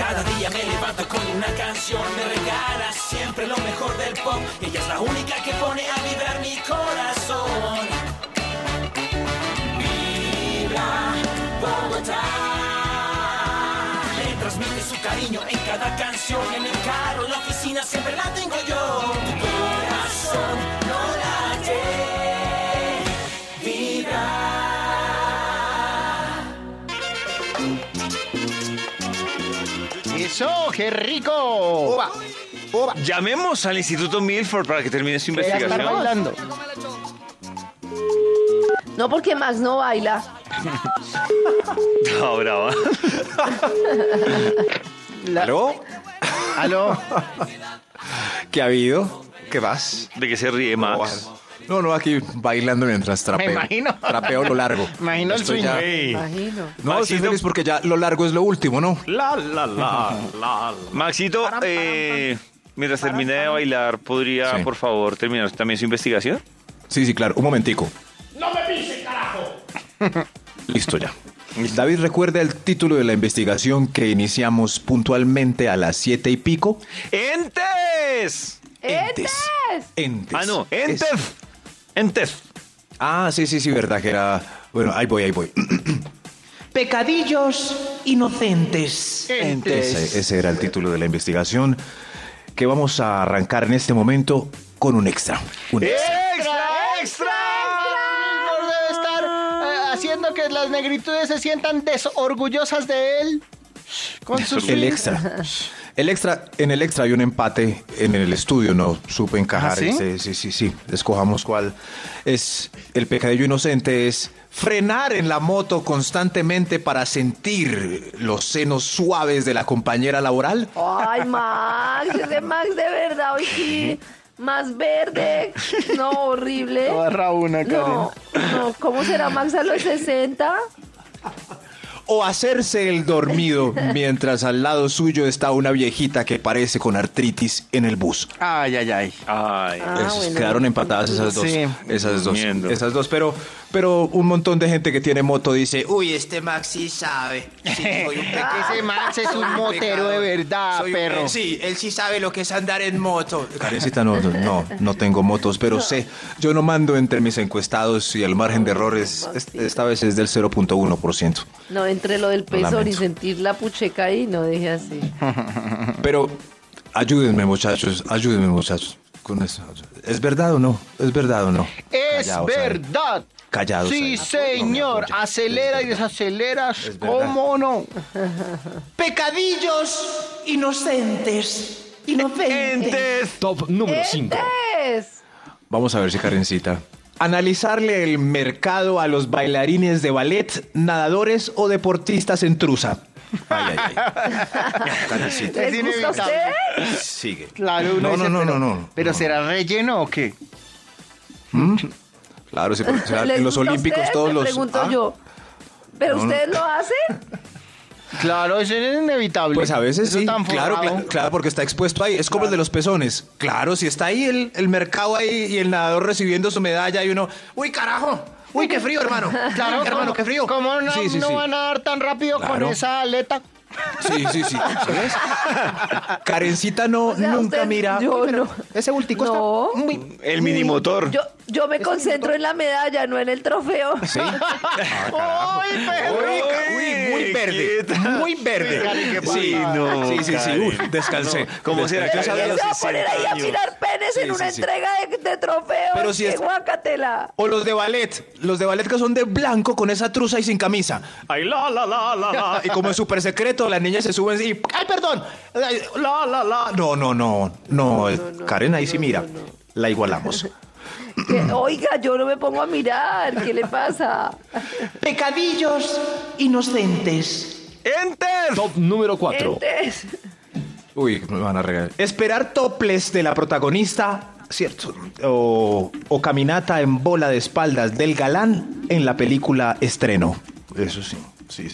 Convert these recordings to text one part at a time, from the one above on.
Cada día me levanto con una canción, me regala siempre lo mejor del pop. Ella es la única que pone a vibrar mi corazón. Vibra Bogotá. Le transmite su cariño en cada canción, en el carro, en la oficina, siempre la tengo yo. Tu corazón no late, vibra. ¡Eso, qué rico! Oba, oba. Llamemos al Instituto Milford para que termine su Ya están investigación. bailando. No, porque Max no baila. No, brava. ¿Aló? ¿Aló? ¿Qué ha habido? ¿Qué vas? ¿De qué se ríe Max? No, aquí bailando mientras trapeo. Me imagino. Trapeo lo largo. Me imagino el Estoy swing. ya- Ey. Imagino. No, estoy Maxito. feliz porque ya lo largo es lo último, ¿no? Maxito, mientras termine de bailar, ¿podría, Sí. por favor, terminar también su investigación? Sí, claro. Un momentico. ¡No me pise, carajo! Listo ya. David, ¿recuerda el título de la investigación que iniciamos puntualmente a las 7:00? ¡Entes! ¡Entes! Entes. Ah, no, Es- entes. Entes. Ah, sí, verdad que era... Bueno, ahí voy. Pecadillos inocentes. Ese era el título de la investigación que vamos a arrancar en este momento con un extra. Un extra. ¡Extra! Milford debe estar haciendo que las negritudes se sientan desorgullosas de él. Con sus El extra. En el extra hay un empate en el estudio, no supe encajar. ¿Ah, sí? Sí. Escojamos cuál es. El pecadillo inocente es frenar en la moto constantemente para sentir los senos suaves de la compañera laboral. Ay, Max, ese Max de verdad, hoy sí. Más verde. No, horrible. Barra una, No, ¿cómo será Max a los 60? O hacerse el dormido mientras al lado suyo está una viejita que parece con artritis en el bus. Ay. Ay. Bueno. Quedaron empatadas esas dos. Sí. Durmiendo. Esas dos, pero un montón de gente que tiene moto dice, uy, este Max sí sabe. Sí, soy un Ese Max es un motero de verdad, Soy un- perro. Sí, él sí sabe lo que es andar en moto. Karencita, no tengo motos, pero sé. Yo no mando entre mis encuestados y el margen de errores, esta vez es del 0.1%. No, entre lo del pezón lamento. y sentir la pucheca ahí, no deje así. Pero ayúdenme, muchachos, con eso. ¿Es verdad o no? Es Callaos, verdad. Callados. Sí, ahí. señor. No me apoyen. Acelera y desaceleras. Es verdad. ¿Cómo no? Pecadillos inocentes. Inocentes. Top número 5. ¡Entes! Vamos a ver si Karencita. Analizarle el mercado a los bailarines de ballet, nadadores o deportistas en trusa. Ay. Karencita. Es ¿Les gusta a inevitable. usted? Sigue. Claro, uno dice, No. ¿Pero No. será relleno o qué? Claro, sí, porque, o sea, ¿Les en los gusta a olímpicos usted? todos Me los... pregunto ¿Ah? yo. ¿Pero No. ustedes lo hacen? Claro, eso es inevitable. Pues a veces Eso sí, tan claro, forrado. claro, porque está expuesto ahí. Es como el de los pezones. Claro, si está ahí el mercado ahí y el nadador recibiendo su medalla y uno, uy, carajo, uy, qué frío, hermano. Claro, hermano, qué frío. ¿Cómo no, Sí. no van a dar tan rápido con Claro. esa aleta? Sí. ¿Sabes? Karencita no, O sea, nunca usted- mira. Yo no. Ese bultico No. está muy... El minimotor. Yo me concentro en la medalla, no en el trofeo. Sí. ¡Ay, perro! Uy, muy verde. quieta. Muy verde. Karen, ¿qué pasa? Sí, no, Sí. Karen. Uy, descansé. ¿Cómo será que ¿Quién a se los va a poner 60 ahí a años? tirar penes en una Sí. entrega de trofeos? Pero si ¡Qué es- guacatela! O los de ballet que son de blanco con esa truza y sin camisa. Ay, la. Y como es súper secreto, las niñas se suben y... ¡Ay, perdón! Ay, No, Karen, ahí sí mira. La igualamos. Oiga, yo no me pongo a mirar. ¿Qué le pasa? Pecadillos inocentes. ¡Entes! Top número 4. Entes. Uy, me van a regalar. Esperar toples de la protagonista, ¿cierto? O caminata en bola de espaldas del galán en la película Estreno. Eso sí. Sí.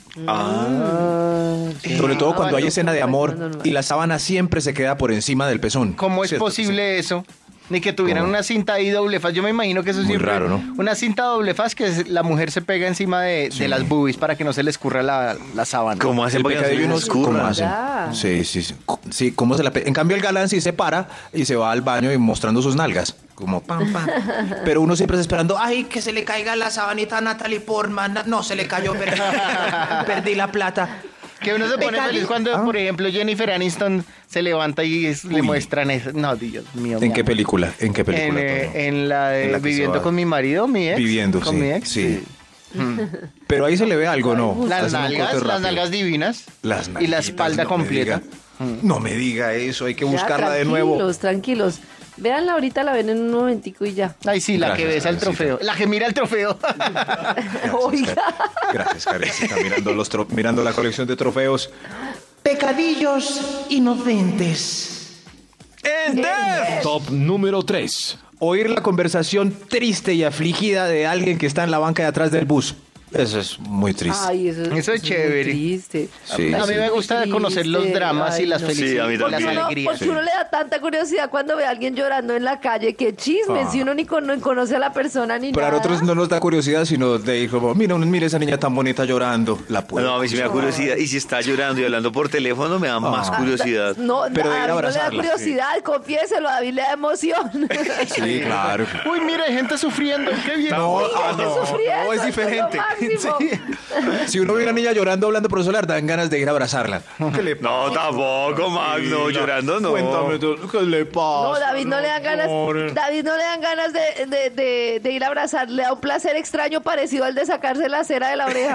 Sobre todo cuando hay escena de amor y la sábana siempre se queda por encima del pezón. ¿Cómo es ¿cierto? posible eso? Ni que tuvieran ¿Cómo? una cinta ahí doble faz. Yo me imagino que eso Muy siempre... raro, ¿no? Una cinta doble faz que la mujer se pega encima de las boobies para que no se le escurra la sábana. ¿Cómo hacen El para que no se pecadillo les no escurra? ¿cómo hacen? Ya. Sí, sí, sí. Sí, ¿cómo se la En cambio, el galán sí se para y se va al baño y mostrando sus nalgas. Como pam, pam. Pero uno siempre está esperando, ay, que se le caiga la sabanita a Natalie Portman. No, se le cayó, perdí la plata. Que uno se pone Pecadillo. feliz cuando, por ejemplo, Jennifer Aniston se levanta y le Uy. muestran eso. No, Dios mío. ¿En mi qué amor. película? ¿En qué película? Toño? En la de En la que se Viviendo va. con mi marido, mi ex. Viviendo, con sí, mi ex. sí. Pero ahí se le ve algo, ¿no? Las Hacen un corte nalgas, las rápido. nalgas divinas. Las y la nalguitas, espalda no me completa. diga. No me diga eso, hay que Ya, buscarla de nuevo. Tranquilos. Véanla ahorita, la ven en un momentico y ya. Ay, sí, la que Gracias, besa el Karencita. trofeo. La que mira el trofeo. Oiga. Gracias, Karencita, mirando la colección de trofeos. Pecadillos inocentes. Top número 3. Oír la conversación triste y afligida de alguien que está en la banca de atrás del bus. Eso es muy triste. Ay, eso es chévere. muy triste. Sí, A mí me gusta conocer los Triste. dramas y Ay, las no. felicidades, Sí, a mí las también. alegrías. Porque uno le da tanta curiosidad cuando ve a alguien llorando en la calle. Qué chisme, si uno ni conoce a la persona ni Pero a nada. nosotros no nos da curiosidad, sino de ir como, mira esa niña tan bonita llorando. La puedo. No, a mí sí me da curiosidad. Y si está llorando y hablando por teléfono, me da más curiosidad. No, Pero de ir a a David no le da abrazarla, curiosidad, confiéselo, a David le da emoción. Sí, claro. Uy, mira, hay gente sufriendo. Qué bien. No, Gente sufriendo, es diferente. lo máximo. Si uno ve a una niña llorando hablando por el celular, dan ganas de ir a abrazarla. ¿Qué le pasa? No, tampoco, Max, no, llorando no. Cuéntame, ¿qué le pasa? No, David no le dan ganas, amor? David no le dan ganas de ir a abrazar, le da un placer extraño parecido al de sacarse la cera de la oreja.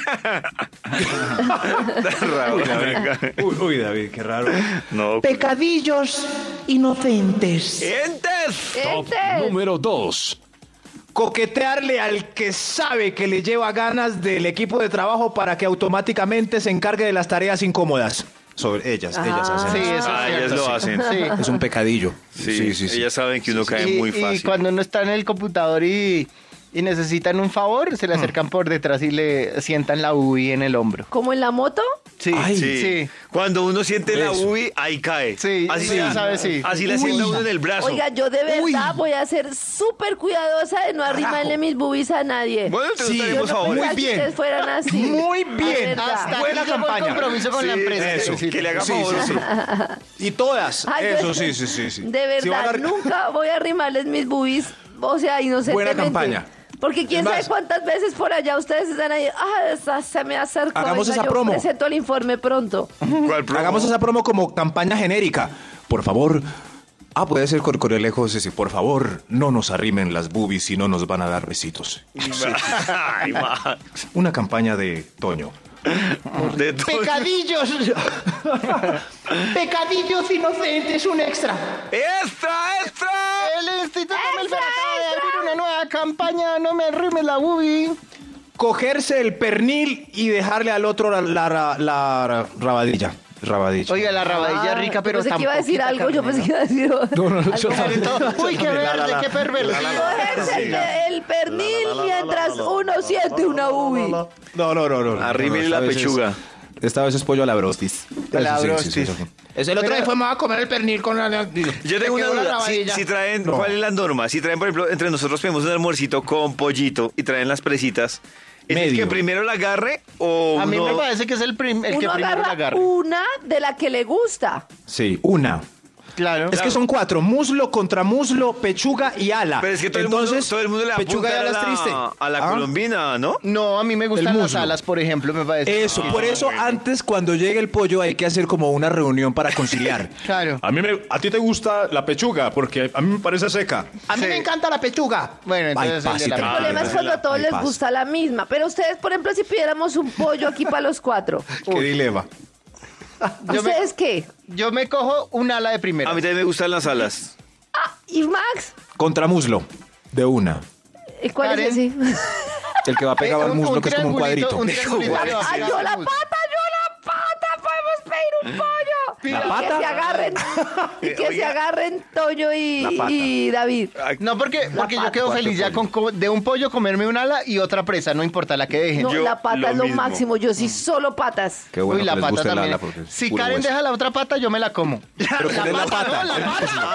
Raúl, venga. Uy, David, qué raro. No. Pecadillos inocentes. ¡Entes! Top Gente, número 2. Coquetearle al que sabe que le lleva ganas del equipo de trabajo para que automáticamente se encargue de las tareas incómodas. Sobre ellas hacen Sí, eso. eso Ah, es ellas cierto. lo hacen. Sí. Es un pecadillo. Sí, ellas saben que uno cae muy Y fácil. cuando uno está en el computador y necesitan un favor, se le acercan por detrás y le sientan la UI en el hombro. ¿como en la moto? Sí, Ay, Sí. sí. Cuando uno siente la Eso. UBI, ahí cae. Sí, así sí, sea- sabe, sí. Así le sienta uno en el brazo. Oiga, yo de verdad voy a ser súper cuidadosa de no arrimarle mis boobies a nadie. Bueno, te Sí, gustaríamos Yo no favores. pensaba que ustedes fueran así. Muy De bien. verdad. Hasta Buena aquí llegó el campaña. compromiso con la Sí, empresa. eso, Sí, que le haga Sí, favor. sí, sí. Y todas. Ay, Eso, yo- sí. De Si van verdad, a- nunca voy a arrimarles mis boobies, o sea, inocentemente. Buena campaña. Porque quién Es sabe más- cuántas veces por allá ustedes están ahí, se me acercó. Hagamos venga, esa yo promo. presento el informe pronto. ¿Cuál promo? Hagamos esa promo como campaña genérica. Por favor. Puede ser con el lejos, sí. Por favor, no nos arrimen las boobies y no nos van a dar besitos. Ay, Max. Una campaña de Toño. De todo. Pecadillos. Pecadillos inocentes, un extra. ¡Extra! El Instituto Melfer acaba de abrir una nueva campaña, no me arrimes la UBI. Cogerse el pernil y dejarle al otro la rabadilla. Oiga, la rabadilla es rica, pero yo pensé que iba a decir tampoco algo, yo pensé que iba a decir algo. Uy, qué verde, qué pervertido. Cogerse el pernil mientras uno siente una ubi. No. Arrímele la pechuga. Esta vez es pollo a la brostis. A la Eso sí, brostis. eso fue. Es el otro día fuimos a comer el pernil con la... Yo tengo una quedó la duda. Si, rabadilla. si traen, ¿cuál es la norma? Si traen, por ejemplo, entre nosotros pedimos un almuercito con pollito y traen las presitas, ¿es el Medio. que primero la agarre o A mí uno- me parece que es el que Uno primero la agarra agarra. una de la que le gusta. Sí, una. Claro. Es que son 4, muslo contra muslo, pechuga y ala. Pero es que todo, Entonces, el mundo le pechuga y apunta ala es triste. a la ¿Ah? colombina, ¿no? No, a mí me gustan El las muslo. alas, por ejemplo, me parece. Eso, por eso antes cuando llegue el pollo hay que hacer como una reunión para conciliar. Claro. A ti te gusta la pechuga porque a mí me parece seca. A mí Sí. me encanta la pechuga. Bueno, entonces Ay, el de paz y la- El problema es cuando a todos Ay, les paz. gusta la misma. Pero ustedes, por ejemplo, si pidiéramos un pollo aquí para los 4, Qué dilema. ¿ustedes qué? Yo me cojo un ala de primera. A mí también me gustan las alas. ¿Y Max? Contra muslo, de una. ¿Y cuál Karen. es ese? El que va pegado al muslo, que es como un cuadrito. Un triangulito le va a ¡Ay, pegar yo al la muslo. pata! ¡Podemos pedir un pollo! ¿La Y pata? que se agarren, y que se Oiga. agarren Toño La pata. y David. No, porque yo pata. quedo feliz ya con de un pollo comerme un ala y otra presa, no importa la que dejen. No, Yo la pata lo es lo mismo. máximo. Yo sí solo patas. Qué bueno Uy, la que les pata guste el también. ala porque es Si puro Karen hueso. deja la otra pata, yo me la como. Pero ¿cuál es la pata? No, la pata.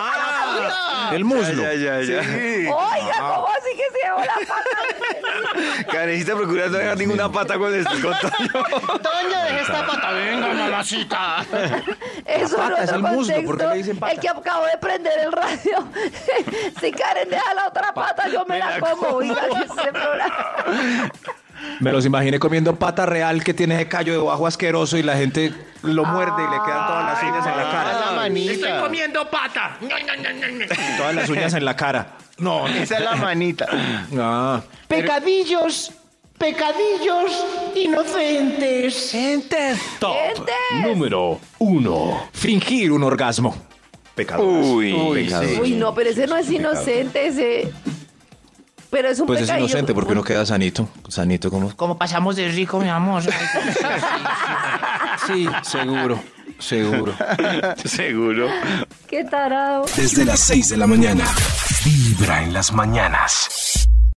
El muslo. Ya. Oiga, ¿cómo así que se llevó la pata? Karencita, procura no dejar ninguna pata con estés con Toño. Toño, deje esta pata. Venga, mamacita. Eso pata no es el muslo, ¿por qué le dicen pata? El que acabo de prender el radio. Si Karen deja la otra pata, yo me la como. Oiga, que ese programa. Me los imaginé comiendo pata real que tiene ese callo debajo asqueroso y la gente lo muerde y le quedan todas las uñas en la La cara. manita. Estoy comiendo pata. Todas las uñas en la cara. No, Esa es la manita. Ah. Pecadillos inocentes. Top Gente. número 1. Fingir un orgasmo. Pecado. Uy, Uy, no, pero ese no es inocente, ese. Pero es un Pues es pecadillo. inocente porque uno queda sanito. Sanito como. Como pasamos de rico, mi amor. Sí, seguro. seguro. Qué tarado. Desde las 6 de la mañana. Vibra en las mañanas.